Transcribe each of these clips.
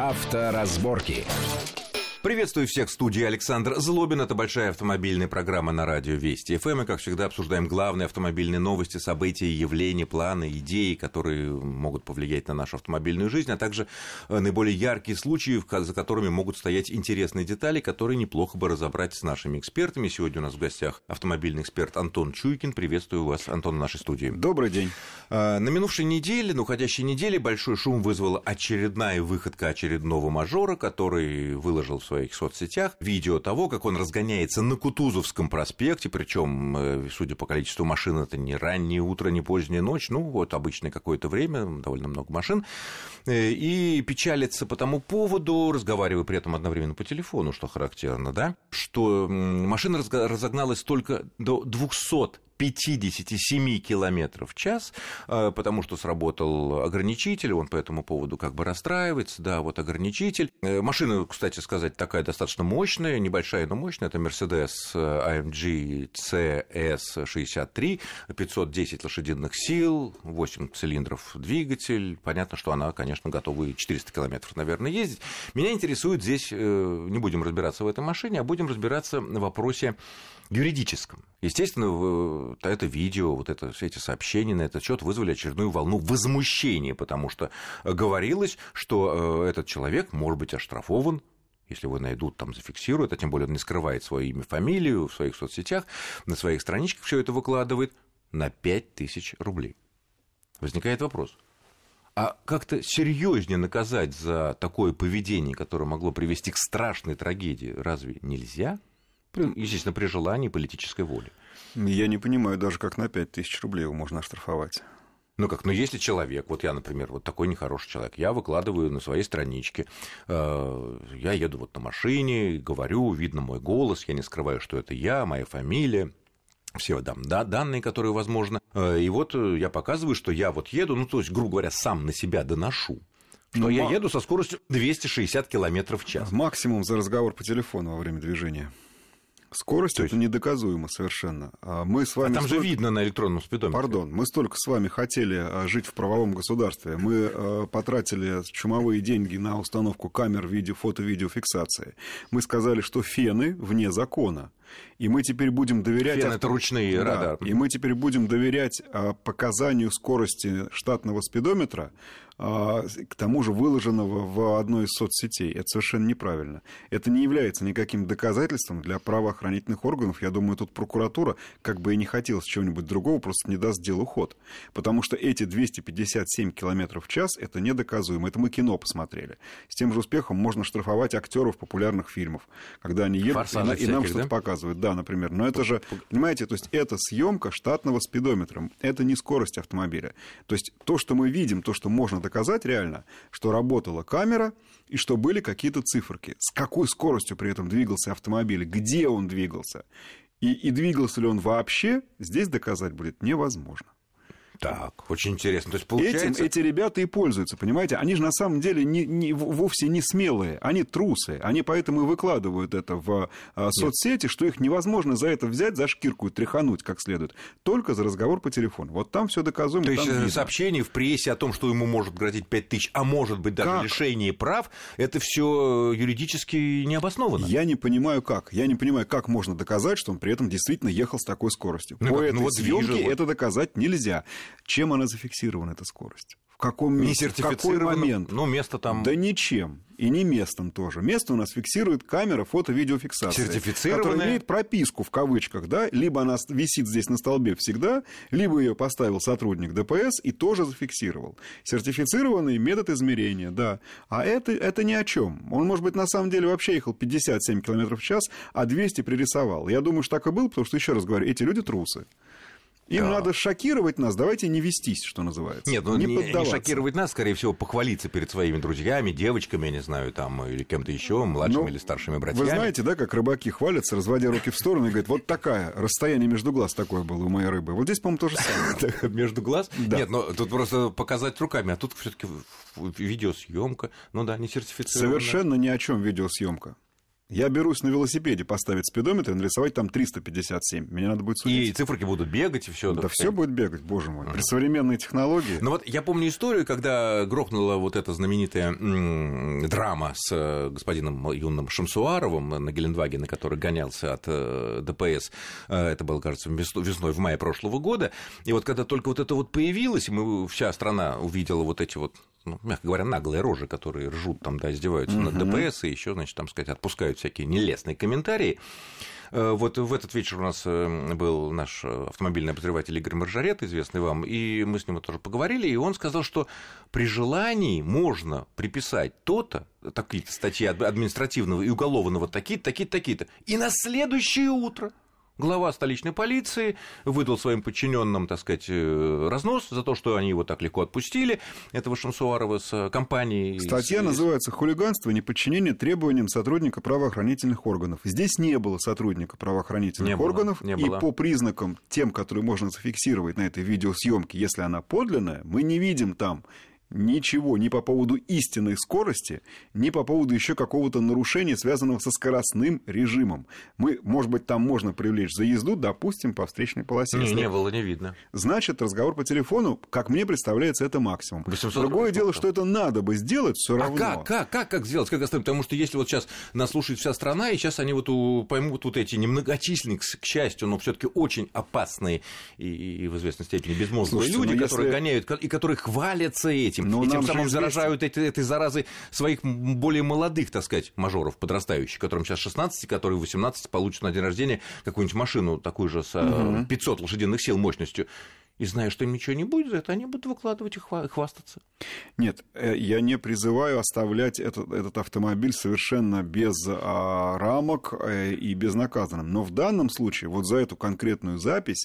Авторазборки. Приветствую всех в студии Александр Злобин. Это большая автомобильная программа на радио Вести ФМ. И, как всегда, обсуждаем главные автомобильные новости, события, явления, планы, идеи, которые могут повлиять на нашу автомобильную жизнь, а также наиболее яркие случаи, за которыми могут стоять интересные детали, которые неплохо бы разобрать с нашими экспертами. Сегодня у нас в гостях автомобильный эксперт Антон Чуйкин. Приветствую вас, Антон, в нашей студии. Добрый день. На минувшей неделе, на уходящей неделе, большой шум вызвала очередная выходка очередного мажора, который выложил в своих соцсетях видео того, как он разгоняется на Кутузовском проспекте, причем, судя по количеству машин, это не раннее утро, не поздняя ночь, ну вот обычное какое-то время, довольно много машин, и печалится по тому поводу, разговаривая при этом одновременно по телефону, что характерно, да, что машина разогналась только до 257 километров в час, потому что сработал ограничитель, он по этому поводу как бы расстраивается, да, вот ограничитель. Машина, кстати сказать, такая достаточно мощная, небольшая, но мощная, это Mercedes AMG CS63, 510 лошадиных сил, 8 цилиндров двигатель, понятно, что она, конечно, готова и 400 километров, наверное, ездить. Меня интересует здесь, не будем разбираться в этой машине, а будем разбираться в вопросе юридическом. Естественно, это видео, вот это, все эти сообщения на этот счет вызвали очередную волну возмущения, потому что говорилось, что этот человек может быть оштрафован, если его найдут, там зафиксируют, а тем более он не скрывает свое имя, фамилию в своих соцсетях, на своих страничках все это выкладывает, на 5000 рублей. Возникает вопрос. А как-то серьезнее наказать за такое поведение, которое могло привести к страшной трагедии, разве нельзя? Естественно, при желании политической воли. Я не понимаю даже, как на 5000 рублей его можно оштрафовать. Ну как, ну если человек, вот я, например, вот такой нехороший человек, я выкладываю на своей страничке, я еду вот на машине, говорю, видно мой голос, я не скрываю, что это я, моя фамилия, все данные, которые возможно, и вот я показываю, что я вот еду, ну то есть, грубо говоря, сам на себя доношу, что я еду со скоростью 260 километров в час. Максимум за разговор по телефону во время движения. Скорость это недоказуемо совершенно. Мы с вами там же видно на электронном спидометре. Пардон, мы столько с вами хотели жить в правовом государстве. Мы потратили чумовые деньги на установку камер фото-видеофиксации. Мы сказали, что фены вне закона. И мы теперь будем доверять... Фен — это ручные радары. И мы теперь будем доверять показанию скорости штатного спидометра, к тому же выложенного в одной из соцсетей. Это совершенно неправильно. Это не является никаким доказательством для правоохранительных органов. Я думаю, тут прокуратура, как бы и не хотелось чего-нибудь другого, просто не даст делу ход. Потому что эти 257 километров в час — это недоказуемо. Это мы кино посмотрели. С тем же успехом можно штрафовать актеров популярных фильмов, когда они едут и нам что-то показывают. Да, например. Но это же, понимаете, то есть это съемка штатного спидометра. Это не скорость автомобиля. То есть то, что мы видим, то, что можно доказать реально, что работала камера и что были какие-то циферки. С какой скоростью при этом двигался автомобиль, где он двигался и двигался ли он вообще, здесь доказать будет невозможно. Так, очень интересно. То есть, получается... Этим эти ребята и пользуются, понимаете? Они же на самом деле вовсе не смелые, они трусы. Они поэтому и выкладывают это в соцсети, что их невозможно за это взять, за шкирку и тряхануть как следует. Только за разговор по телефону. Вот там все доказуемо. То есть сообщение в прессе о том, что ему может грозить 5000, а может быть даже лишение прав, это все юридически необоснованно. Я не понимаю, как. Я не понимаю, как можно доказать, что он при этом действительно ехал с такой скоростью. По этой съемке это доказать нельзя. Чем она зафиксирована, эта скорость? В каком месте? В какой момент? Ну, место там... Да ничем. И не местом тоже. Место у нас фиксирует камера фото-видеофиксации. Сертифицированная. Которая имеет прописку в кавычках, да? Либо она висит здесь на столбе всегда, либо ее поставил сотрудник ДПС и тоже зафиксировал. Сертифицированный метод измерения, да. А это ни о чем. Он, может быть, на самом деле вообще ехал 57 км в час, а 200 пририсовал. Я думаю, что так и было, потому что, еще раз говорю, эти люди трусы. Им надо шокировать нас, давайте не вестись, что называется. Нет, ну не шокировать нас, скорее всего, похвалиться перед своими друзьями, девочками, я не знаю, там, или кем-то еще, младшими или старшими братьями. Вы знаете, да, как рыбаки хвалятся, разводя руки в сторону и говорят, вот такая, расстояние между глаз такое было у моей рыбы. Вот здесь, по-моему, то же самое. Между глаз? Да. Нет, ну тут просто показать руками, а тут все-таки видеосъемка, ну да, не сертифицированная. Совершенно ни о чем видеосъемка. Я берусь на велосипеде поставить спидометр и нарисовать там 357. Меня надо будет судить. И циферки будут бегать, и все. Да все будет бегать, боже мой. При современной технологии. Ну вот я помню историю, когда грохнула вот эта знаменитая драма с господином юным Шамсуаровым на Гелендвагене, который гонялся от ДПС. Это было, кажется, весной, в мае прошлого года. И вот когда только вот это вот появилось, и вся страна увидела вот эти вот, ну, мягко говоря, наглые рожи, которые ржут там, да, издеваются над ДПС, и еще, значит, там, сказать, отпускают всякие нелестные комментарии. Вот в этот вечер у нас был наш автомобильный обозреватель Игорь Маржарет, известный вам, и мы с ним тоже поговорили, и он сказал, что при желании можно приписать то-то, такие-то статьи административного и уголовного, такие-то, такие-то, такие-то, и на следующее утро глава столичной полиции выдал своим подчиненным, так сказать, разнос за то, что они его так легко отпустили, этого Шамсуарова с компанией. Статья называется «Хулиганство и неподчинение требованиям сотрудника правоохранительных органов». Здесь не было сотрудника правоохранительных органов, и по признакам тем, которые можно зафиксировать на этой видеосъемке, если она подлинная, мы не видим там ничего ни по поводу истинной скорости, ни по поводу еще какого-то нарушения, связанного со скоростным режимом. Может быть, там можно привлечь за езду, допустим, по встречной полосе. Не было, не видно. Значит, разговор по телефону, как мне представляется, это максимум. Другое дело, что это надо бы сделать все равно. Как сделать? Как оставить? Потому что если вот сейчас нас слушает вся страна, и сейчас они вот поймут вот эти немногочисленные, к счастью, но все-таки очень опасные и в известной степени безмозглые люди, которые гоняют и которые хвалятся этим. И тем самым заражают этой заразой своих более молодых, так сказать, мажоров, подрастающих, которым сейчас 16, которые в 18 получат на день рождения какую-нибудь машину такую же с 500 лошадиных сил мощностью. И зная, что им ничего не будет за это, они будут выкладывать и хвастаться. Нет, я не призываю оставлять этот автомобиль совершенно без рамок и безнаказанным. Но в данном случае, вот за эту конкретную запись,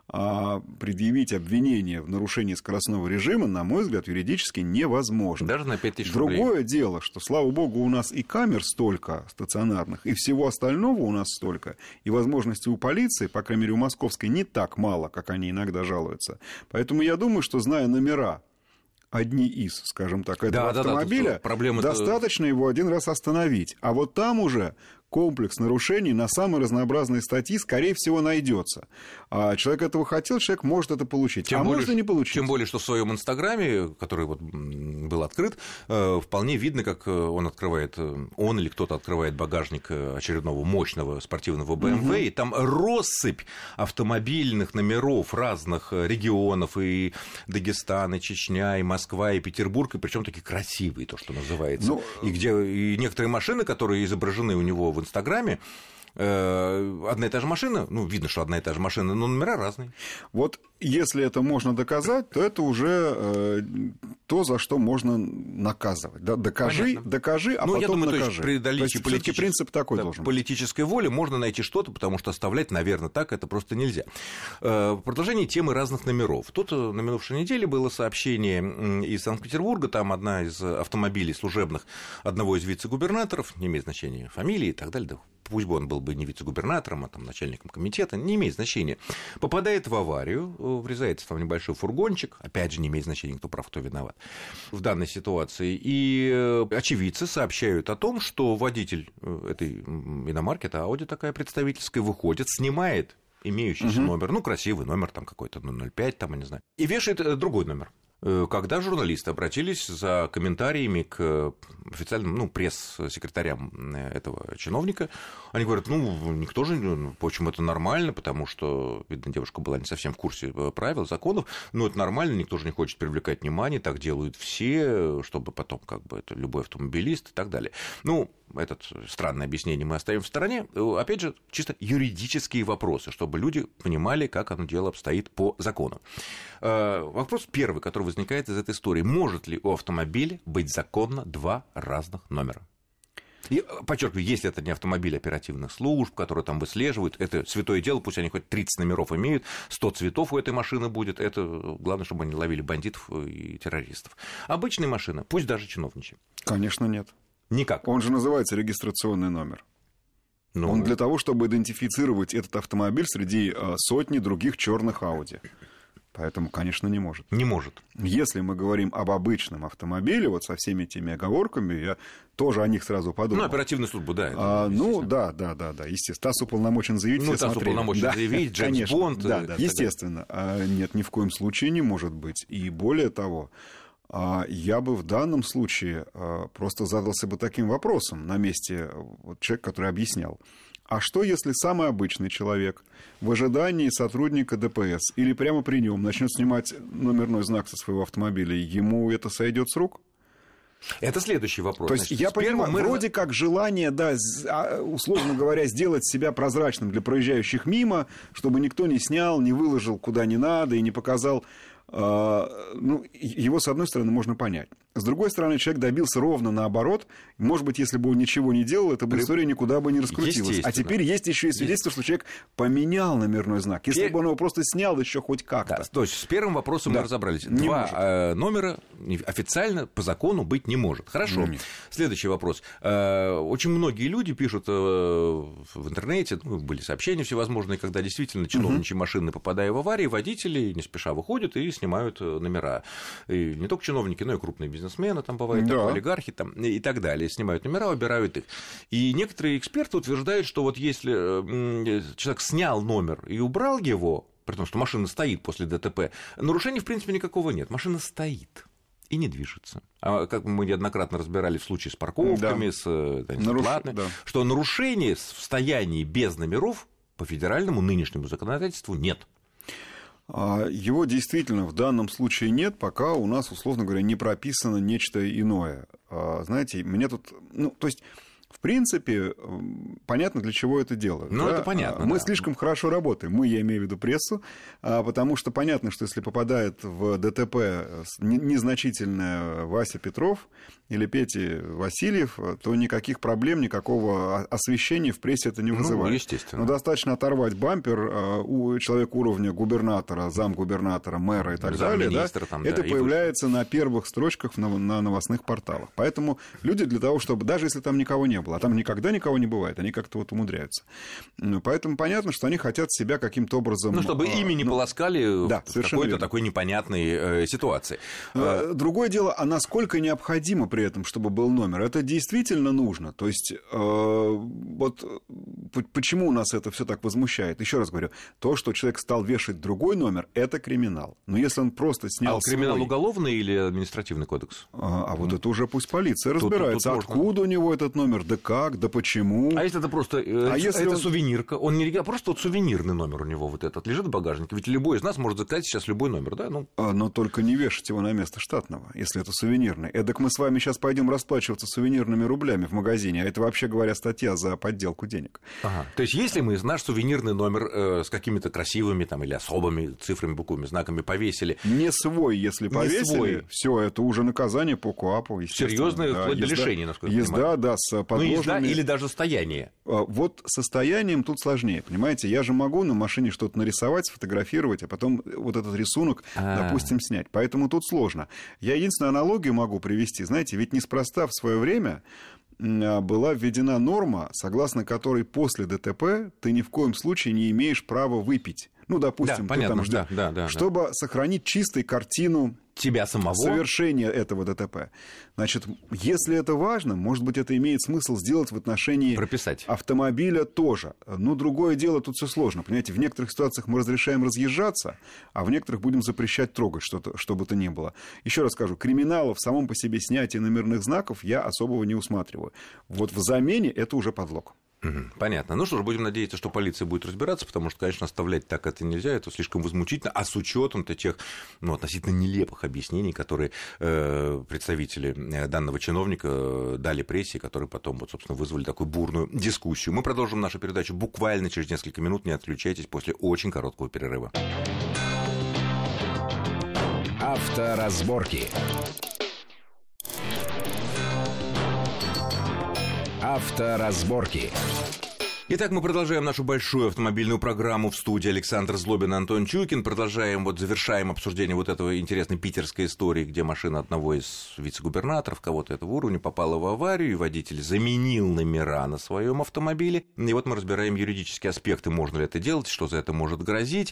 предъявить обвинение в нарушении скоростного режима, на мой взгляд, юридически невозможно. Даже на 5000 рублей. Другое дело, что, слава богу, у нас и камер столько стационарных, и всего остального у нас столько, и возможностей у полиции, по крайней мере, у московской, не так мало, как они иногда жалуются. Поэтому я думаю, что, зная номера, одни из, скажем так, этого автомобиля, достаточно его один раз остановить. А вот там уже комплекс нарушений на самые разнообразные статьи, скорее всего, найдется. А человек этого хотел, человек может это получить. Может и не получить. Тем более, что в своем Инстаграме, который вот был открыт, вполне видно, как он открывает, он или кто-то открывает багажник очередного мощного спортивного BMW, и там россыпь автомобильных номеров разных регионов, и Дагестан, и Чечня, и Москва, и Петербург, и причем такие красивые, то, что называется. И некоторые машины, которые изображены у него в Инстаграме, одна и та же машина, видно, что одна и та же машина, но номера разные. Вот если это можно доказать, то это уже то, за что можно наказывать. Докажи, а потом я думаю, накажи. При наличии принцип такой должен быть. Политической воли можно найти что-то, потому что оставлять, наверное, так это просто нельзя. В продолжении темы разных номеров. Тут на минувшей неделе было сообщение из Санкт-Петербурга, там одна из автомобилей служебных одного из вице-губернаторов, не имеет значения фамилии и так далее, да, пусть бы он был бы не вице-губернатором, а там начальником комитета, не имеет значения, попадает в аварию, врезается там небольшой фургончик, опять же, не имеет значения, кто прав, кто виноват в данной ситуации, и очевидцы сообщают о том, что водитель этой иномарки, это Audi такая представительская, выходит, снимает имеющийся номер, красивый номер там какой-то, 05, там, я не знаю, и вешает другой номер. Когда журналисты обратились за комментариями к официальным, пресс-секретарям этого чиновника, они говорят, никто же, в общем, это нормально, потому что, видно, девушка была не совсем в курсе правил, законов, но это нормально, никто же не хочет привлекать внимание, так делают все, чтобы потом, это любой автомобилист и так далее. Это странное объяснение мы оставим в стороне. Опять же, чисто юридические вопросы, чтобы люди понимали, как оно дело обстоит по закону. Вопрос первый, который возникает из этой истории. Может ли у автомобиля быть законно два разных номера? И, подчеркиваю, если это не автомобиль оперативных служб, которые там выслеживают, это святое дело, пусть они хоть 30 номеров имеют, 100 цветов у этой машины будет, это главное, чтобы они ловили бандитов и террористов. Обычные машины, пусть даже чиновничьи. Конечно, нет. Никак. Он же называется регистрационный номер. Он для того, чтобы идентифицировать этот автомобиль среди сотни других черных Audi. Поэтому, конечно, не может. Не может. Если мы говорим об обычном автомобиле, вот со всеми этими оговорками, я тоже о них сразу подумал. Ну, оперативную службу, да. Да, естественно. ТАСС уполномочен заявить, все ТАСС уполномочен заявить, Джеймс Бонд. Да, естественно. Нет, ни в коем случае не может быть. И более того, я бы в данном случае просто задался бы таким вопросом на месте человека, который объяснял. А что, если самый обычный человек в ожидании сотрудника ДПС или прямо при нем начнет снимать номерной знак со своего автомобиля, ему это сойдет с рук? Это следующий вопрос. То есть, я понимаю, вроде как желание, да, условно говоря, сделать себя прозрачным для проезжающих мимо, чтобы никто не снял, не выложил куда не надо и не показал. Его, с одной стороны, можно понять. С другой стороны, человек добился ровно наоборот. Может быть, если бы он ничего не делал, эта бы история никуда бы не раскрутилась. А теперь есть еще и свидетельство, что человек поменял номерной знак. Если бы он его просто снял еще хоть как-то. Да, то есть с первым вопросом мы разобрались. Два номера официально по закону быть не может. Хорошо. Следующий вопрос. Очень многие люди пишут в интернете, были сообщения всевозможные, когда действительно чиновничьи машины, попадая в аварии, водители не спеша выходят и снимают номера. И не только чиновники, но и крупные бизнесмены, там бывают, олигархи там, и так далее, снимают номера, убирают их. И некоторые эксперты утверждают, что вот если человек снял номер и убрал его, при том, что машина стоит после ДТП, нарушений в принципе никакого нет, машина стоит и не движется. А как мы неоднократно разбирали в случае с парковками, с платными, что нарушений в состоянии без номеров по федеральному нынешнему законодательству нет. Его действительно в данном случае нет, пока у нас, условно говоря, не прописано нечто иное. Знаете, мне тут... то есть, в принципе, понятно, для чего это делают. Ну, это понятно. Мы слишком хорошо работаем. Я имею в виду прессу, потому что понятно, что если попадает в ДТП незначительная Вася Петров или Петя Васильев, то никаких проблем, никакого освещения в прессе это не вызывает. Естественно. Но достаточно оторвать бампер у человека уровня губернатора, замгубернатора, мэра и так далее. Это появляется на первых строчках на новостных порталах. Поэтому люди для того, чтобы, даже если там никого не было, а там никогда никого не бывает, они как-то умудряются. Поэтому понятно, что они хотят себя каким-то образом... чтобы ими не полоскали в какой-то такой непонятной ситуации. Другое дело, а насколько необходимо при этом, чтобы был номер? Это действительно нужно. То есть, почему у нас это все так возмущает? Еще раз говорю, то, что человек стал вешать другой номер, это криминал. Но если он просто снял криминал уголовный или административный кодекс? Вот это уже пусть полиция разбирается. Откуда у него этот номер, да как, да почему. А если это просто это сувенирка? Он не просто сувенирный номер у него вот этот лежит в багажнике. Ведь любой из нас может заказать сейчас любой номер, да? Но только не вешать его на место штатного, если это сувенирный. Эдак мы с вами сейчас пойдем расплачиваться сувенирными рублями в магазине, а это вообще говоря статья за подделку денег. То есть если мы наш сувенирный номер с какими-то красивыми там, или особыми цифрами, буквами, знаками повесили. Не свой, если повесили, все, это уже наказание по КоАПу. Серьезное, вплоть до лишения, насколько я понимаю. Езда, с подложными... или даже стояние. Вот состоянием тут сложнее, понимаете? Я же могу на машине что-то нарисовать, сфотографировать, а потом вот этот рисунок, допустим, снять. Поэтому тут сложно. Я единственную аналогию могу привести. Знаете, ведь неспроста в свое время была введена норма, согласно которой после ДТП ты ни в коем случае не имеешь права выпить. Допустим, понятно, чтобы сохранить чистой картину тебя самого совершения этого ДТП. Значит, если это важно, может быть, это имеет смысл сделать в отношении автомобиля тоже. Но другое дело, тут все сложно. Понимаете, в некоторых ситуациях мы разрешаем разъезжаться, а в некоторых будем запрещать трогать что-то, что бы то ни было. Еще раз скажу, криминала в самом по себе снятии номерных знаков я особого не усматриваю. Вот в замене это уже подлог. Понятно. Ну что ж, будем надеяться, что полиция будет разбираться, потому что, конечно, оставлять так это нельзя, это слишком возмутительно, а с учетом-то тех относительно нелепых объяснений, которые представители данного чиновника дали прессе, которые потом, собственно, вызвали такую бурную дискуссию. Мы продолжим нашу передачу буквально через несколько минут, не отключайтесь, после очень короткого перерыва. Авторазборки. Авторазборки. Итак, мы продолжаем нашу большую автомобильную программу. В студии Александр Злобин, Антон Чуйкин. Продолжаем, завершаем обсуждение вот этого интересной питерской истории, где машина одного из вице-губернаторов, кого-то этого уровня, попала в аварию, и водитель заменил номера на своем автомобиле. И вот мы разбираем юридические аспекты, можно ли это делать, что за это может грозить.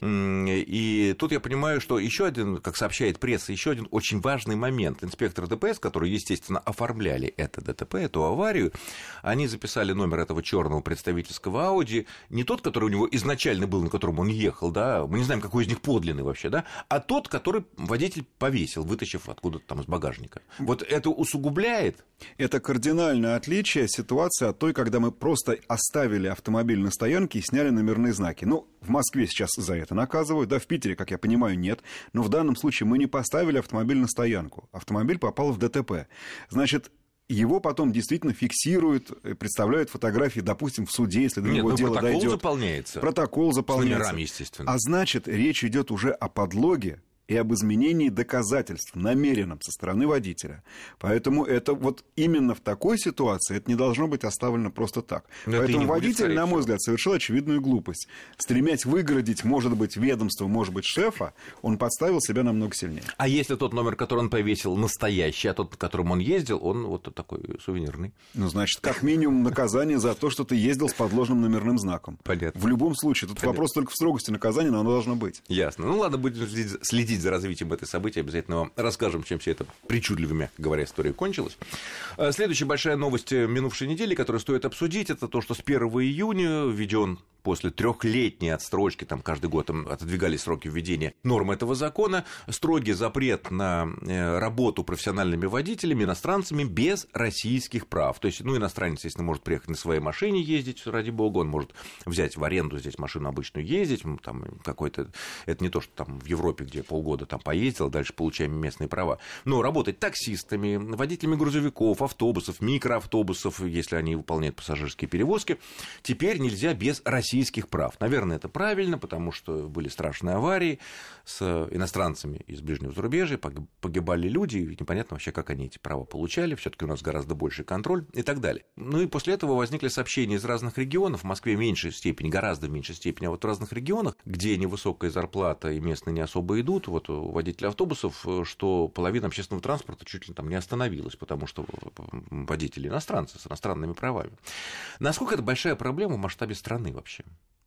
И тут я понимаю, что еще один, как сообщает пресса, еще один очень важный момент. Инспекторы ДПС, которые, естественно, оформляли это ДТП, эту аварию, они записали номер этого черного представительского Ауди, не тот, который у него изначально был, на котором он ехал, да, мы не знаем, какой из них подлинный вообще, да, а тот, который водитель повесил, вытащив откуда-то там из багажника. Вот это усугубляет? Это кардинальное отличие ситуации от той, когда мы просто оставили автомобиль на стоянке и сняли номерные знаки. Ну, в Москве сейчас за это наказывают, да, в Питере, как я понимаю, нет, но в данном случае мы не поставили автомобиль на стоянку, автомобиль попал в ДТП. Значит, его потом действительно фиксируют, представляют фотографии, допустим, в суде, если до него дело дойдет. Протокол заполняется. Протокол заполняется. С номерами, естественно. А значит, речь идет уже о подлоге и об изменении доказательств, намеренном со стороны водителя. Поэтому это вот именно в такой ситуации это не должно быть оставлено просто так. Но поэтому водитель, на мой взгляд, совершил очевидную глупость. Стремясь выгородить, может быть, ведомство, может быть, шефа, он подставил себя намного сильнее. А если тот номер, который он повесил, настоящий, а тот, по которому он ездил, он вот такой сувенирный? Ну, значит, как минимум наказание за то, что ты ездил с подложным номерным знаком. Понятно. В любом случае. Тут вопрос только в строгости наказания, но оно должно быть. Ясно. Ну, ладно, будем следить за развитием этой события. Обязательно вам расскажем, чем все это причудливо, мягко говоря, история кончилась. Следующая большая новость минувшей недели, которую стоит обсудить, это то, что с 1 июня введен после трехлетней отстрочки, там каждый год отодвигались сроки введения норм этого закона, строгий запрет на работу профессиональными водителями, иностранцами без российских прав. То есть, ну, иностранец, естественно, может приехать на своей машине ездить, ради бога, он может взять в аренду здесь машину обычную ездить, там какой-то, это не то, что там в Европе, где полгода там поездил, дальше получаем местные права, но работать таксистами, водителями грузовиков, автобусов, микроавтобусов, если они выполняют пассажирские перевозки, теперь нельзя без российских прав. Наверное, это правильно, потому что были страшные аварии с иностранцами из ближнего зарубежья, погибали люди, и непонятно вообще, как они эти права получали, все-таки у нас гораздо больше контроль и так далее. Ну и после этого возникли сообщения из разных регионов, в Москве в меньшей степени, гораздо в меньшей степени, а вот в разных регионах, где невысокая зарплата и местные не особо идут, вот у водителей автобусов, что половина общественного транспорта чуть ли там не остановилась, потому что водители иностранцы с иностранными правами. Насколько это большая проблема в масштабе страны вообще?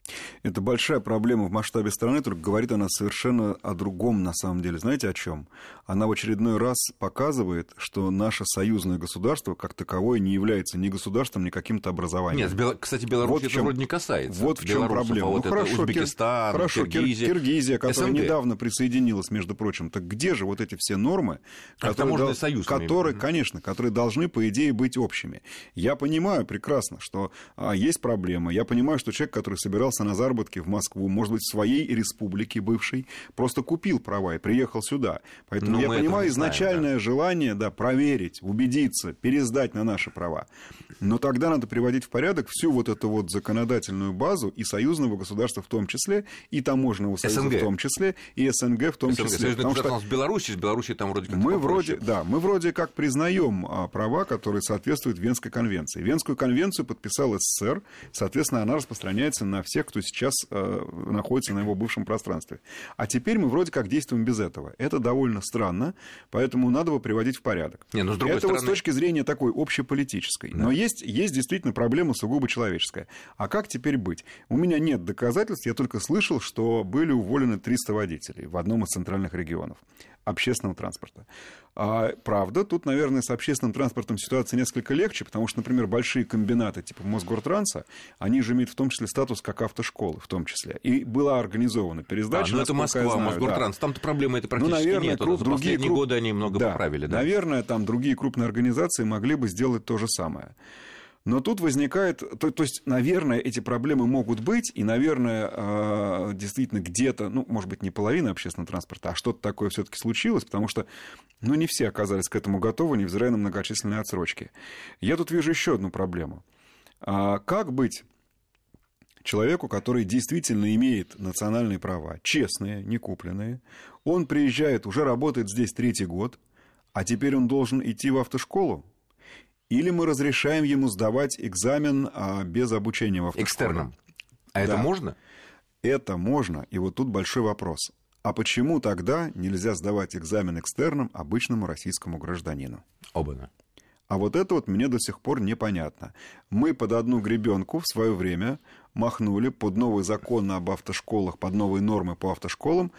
Это большая проблема в масштабе страны, только говорит она совершенно о другом, на самом деле. Знаете, о чем? Она в очередной раз показывает, что наше союзное государство, как таковое, не является ни государством, ни каким-то образованием. Нет, кстати, Беларусь это вроде не касается. Вот в чем проблема. А вот ну, хорошо, Узбекистан, хорошо, Киргизия, которая СНГ. недавно присоединилась, между прочим. Так где же вот эти все нормы, которые, конечно, которые должны, по идее, быть общими? Я понимаю прекрасно, что есть проблема. Я понимаю, что человек, который собирался на заработки в Москву, может быть, в своей республике бывшей, просто купил права и приехал сюда. Поэтому я понимаю изначальное желание, да, проверить, убедиться, пересдать на наши права. Но тогда надо приводить в порядок всю вот эту вот законодательную базу и союзного государства в том числе, и таможенного союза в том числе, и СНГ в том числе. Потому что с Беларуси там вроде как мы вроде как признаем права, которые соответствуют Венской конвенции. Венскую конвенцию подписал СССР, соответственно, она распространяется на всех, кто сейчас находится на его бывшем пространстве. А теперь мы вроде как действуем без этого. Это довольно странно, поэтому надо его приводить в порядок. Но с другой это стороны... вот с точки зрения такой общеполитической. Да. Но есть действительно проблема сугубо человеческая. А как теперь быть? У меня нет доказательств, я только слышал, что были уволены 300 водителей в одном из центральных регионов общественного транспорта. Правда, тут, наверное, с общественным транспортом ситуация несколько легче, потому что, например, большие комбинаты типа Мосгортранса, они же имеют в том числе статус как автошколы, в том числе. И была организована пересдача. Это Москва, Мосгортранс. Да. Там-то проблемы это практически наверное, нет. За последние годы они много поправили. Да. Наверное, там другие крупные организации могли бы сделать то же самое. Но тут возникает... То есть, наверное, эти проблемы могут быть, и, наверное, действительно где-то, может быть, не половина общественного транспорта, а что-то такое все-таки случилось, потому что, не все оказались к этому готовы, невзирая на многочисленные отсрочки. Я тут вижу еще одну проблему. Как быть человеку, который действительно имеет национальные права, честные, не купленные, он приезжает, уже работает здесь 3-й год, а теперь он должен идти в автошколу? Или мы разрешаем ему сдавать экзамен без обучения в автошколе. Экстерном. А это можно? Это можно. И вот тут большой вопрос. А почему тогда нельзя сдавать экзамен экстерном обычному российскому гражданину? Оба-на. А вот это вот мне до сих пор непонятно. Мы под одну гребенку в свое время махнули под новый закон об автошколах, под новые нормы по автошколам,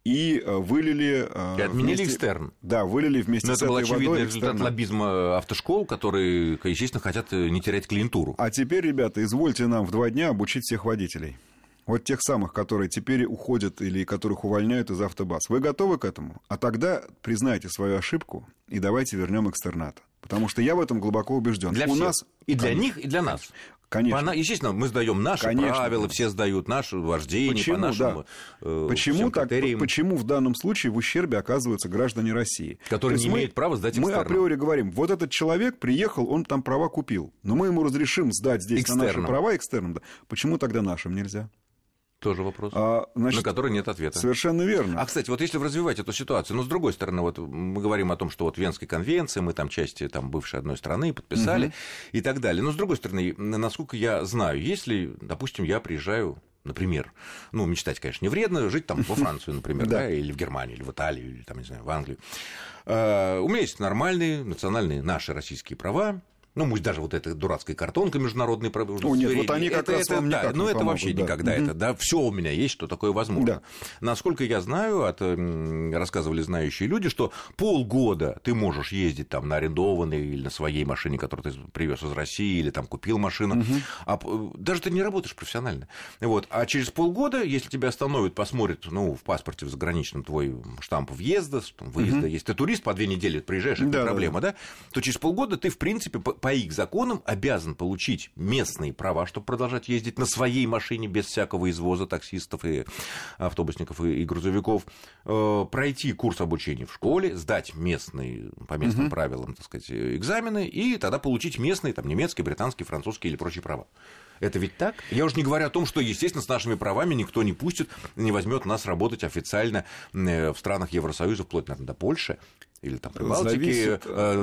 и вылили... И отменили экстерн. Да, вылили вместе с этой водой. Но это был очевидный результат лоббизма автошкол, которые, естественно, хотят не терять клиентуру. А теперь, ребята, извольте нам в 2 дня обучить всех водителей. Вот тех самых, которые теперь уходят или которых увольняют из автобаз. Вы готовы к этому? А тогда признайте свою ошибку и давайте вернем экстернат. Потому что я в этом глубоко убежден. Для всех. И для них, и для нас. Конечно. Естественно, мы сдаем наши правила, все сдают наше вождение по нашим критериям. Почему в данном случае в ущербе оказываются граждане России? Которые не имеют права сдать экстерном. Мы априори говорим, вот этот человек приехал, он там права купил, но мы ему разрешим сдать здесь на наши права экстерном. Да. Почему тогда нашим нельзя? Тоже вопрос, на который нет ответа. Совершенно верно. А, кстати, вот если развивать эту ситуацию, но с другой стороны, вот мы говорим о том, что вот Венской конвенции, мы там части там, бывшей одной страны подписали и так далее. Но с другой стороны, насколько я знаю, если, допустим, я приезжаю, например, мечтать, конечно, не вредно, жить там во Францию, например, да, или в Германию, или в Италию, или там, не знаю, в Англию. У меня есть нормальные, национальные, наши российские права. Пусть даже вот эта дурацкая картонка международной удостоверения. Нет, вот они как раз вам никак не помогут. Это вообще никогда, все у меня есть, что такое возможно. Да. Насколько я знаю, рассказывали знающие люди, что полгода ты можешь ездить там на арендованной или на своей машине, которую ты привез из России, или там купил машину, а даже ты не работаешь профессионально. Вот. А через полгода, если тебя остановят, посмотрят, в паспорте в заграничном твой штамп въезда, выезда, если ты турист, по 2 недели приезжаешь, это не проблема, да, то через полгода ты, в принципе, по их законам обязан получить местные права, чтобы продолжать ездить на своей машине без всякого извоза таксистов и автобусников и грузовиков, пройти курс обучения в школе, сдать местные, по местным правилам, так сказать, экзамены, и тогда получить местные, там, немецкие, британские, французские или прочие права. Это ведь так? Я уже не говорю о том, что, естественно, с нашими правами никто не пустит, не возьмет нас работать официально в странах Евросоюза, вплоть, наверное, до Польши или там Прибалтики,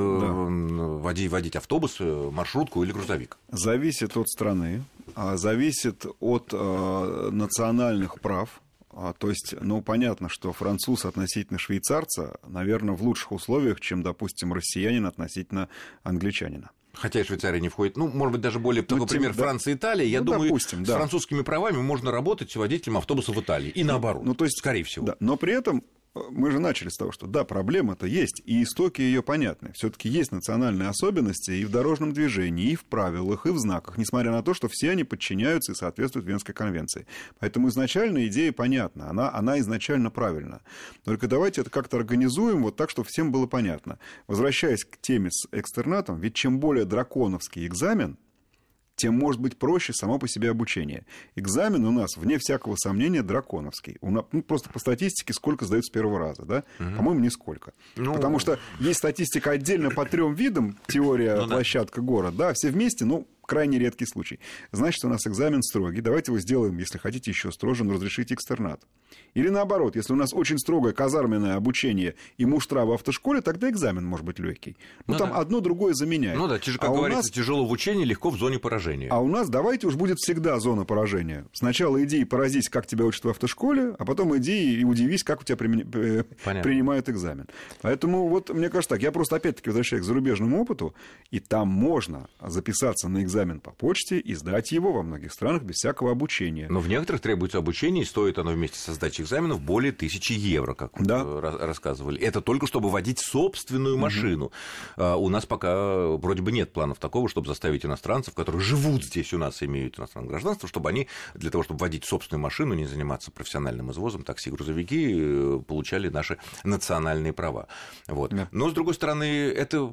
водить автобус, маршрутку или грузовик. Зависит от страны, зависит от национальных прав. То есть, понятно, что француз относительно швейцарца, наверное, в лучших условиях, чем, допустим, россиянин относительно англичанина. Хотя Швейцария не входит. Может быть, даже более такой пример Франция и Италия. Я думаю, допустим, с французскими правами можно работать водителем автобуса в Италии. И наоборот, то есть, скорее всего. Да. Но при этом мы же начали с того, что да, проблема-то есть, и истоки ее понятны. Все-таки есть национальные особенности и в дорожном движении, и в правилах, и в знаках, несмотря на то, что все они подчиняются и соответствуют Венской конвенции. Поэтому изначально идея понятна, она изначально правильна. Только давайте это как-то организуем вот так, чтобы всем было понятно. Возвращаясь к теме с экстернатом, ведь чем более драконовский экзамен, тем может быть проще само по себе обучение. Экзамен у нас, вне всякого сомнения, драконовский. Просто по статистике сколько сдают с первого раза, да? По-моему, нисколько. Потому что есть статистика отдельно по 3 видам, теория, площадка, город, да, все вместе, крайне редкий случай. Значит, у нас экзамен строгий. Давайте его сделаем, если хотите, еще строже, но разрешите экстернат. Или наоборот, если у нас очень строгое казарменное обучение и муштра в автошколе, тогда экзамен может быть легкий. Там одно другое заменяет. Как говорится, тяжело в учении, легко в зоне поражения. А у нас, давайте уж будет всегда зона поражения. Сначала иди и поразись, как тебя учат в автошколе, а потом иди и удивись, как у тебя принимают экзамен. Поэтому мне кажется так, я просто опять-таки возвращаюсь к зарубежному опыту, и там можно записаться на экзамен по почте и сдать его во многих странах без всякого обучения. Но в некоторых требуется обучение, и стоит оно вместе со сдачей экзаменов более 1000 евро, как рассказывали. Это только чтобы водить собственную машину. У нас пока вроде бы нет планов такого, чтобы заставить иностранцев, которые живут здесь у нас, имеют иностранное гражданство, чтобы они для того, чтобы водить собственную машину, не заниматься профессиональным извозом, такси, грузовики, получали наши национальные права. Но, с другой стороны,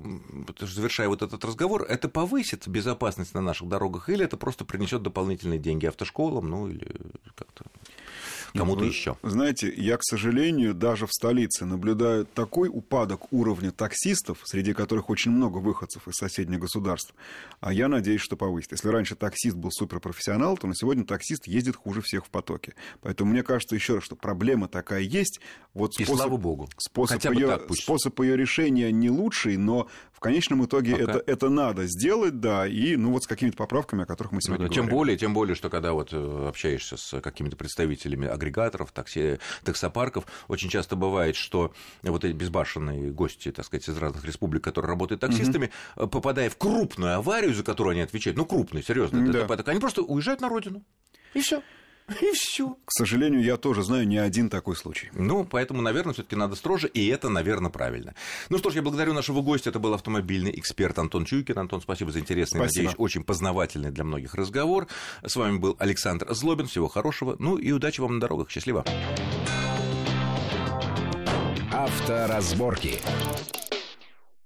завершая этот разговор, это повысит безопасность на наших дорогах, или это просто принесет дополнительные деньги автошколам, или как-то кому-то еще. Знаете, я, к сожалению, даже в столице наблюдаю такой упадок уровня таксистов, среди которых очень много выходцев из соседних государств, а я надеюсь, что повысит. Если раньше таксист был суперпрофессионал, то на сегодня таксист ездит хуже всех в потоке. Поэтому мне кажется еще раз, что проблема такая есть. И слава богу. Способ ее решения не лучший, но в конечном итоге это надо сделать, да, и с какими-то поправками, о которых мы сегодня говорим. Тем более, что когда общаешься с какими-то представителями агрегаторов, таксопарков, очень часто бывает, что эти безбашенные гости, так сказать, из разных республик, которые работают таксистами, попадая в крупную аварию, за которую они отвечают, крупную, серьезно, ДТП, они просто уезжают на родину, и все. И все. К сожалению, я тоже знаю не один такой случай. Поэтому, наверное, все-таки надо строже, и это, наверное, правильно. Что ж, я благодарю нашего гостя. Это был автомобильный эксперт Антон Чуйкин. Антон, спасибо за интересный, надеюсь, очень познавательный для многих разговор. С вами был Александр Злобин. Всего хорошего. И удачи вам на дорогах. Счастливо. Авторазборки.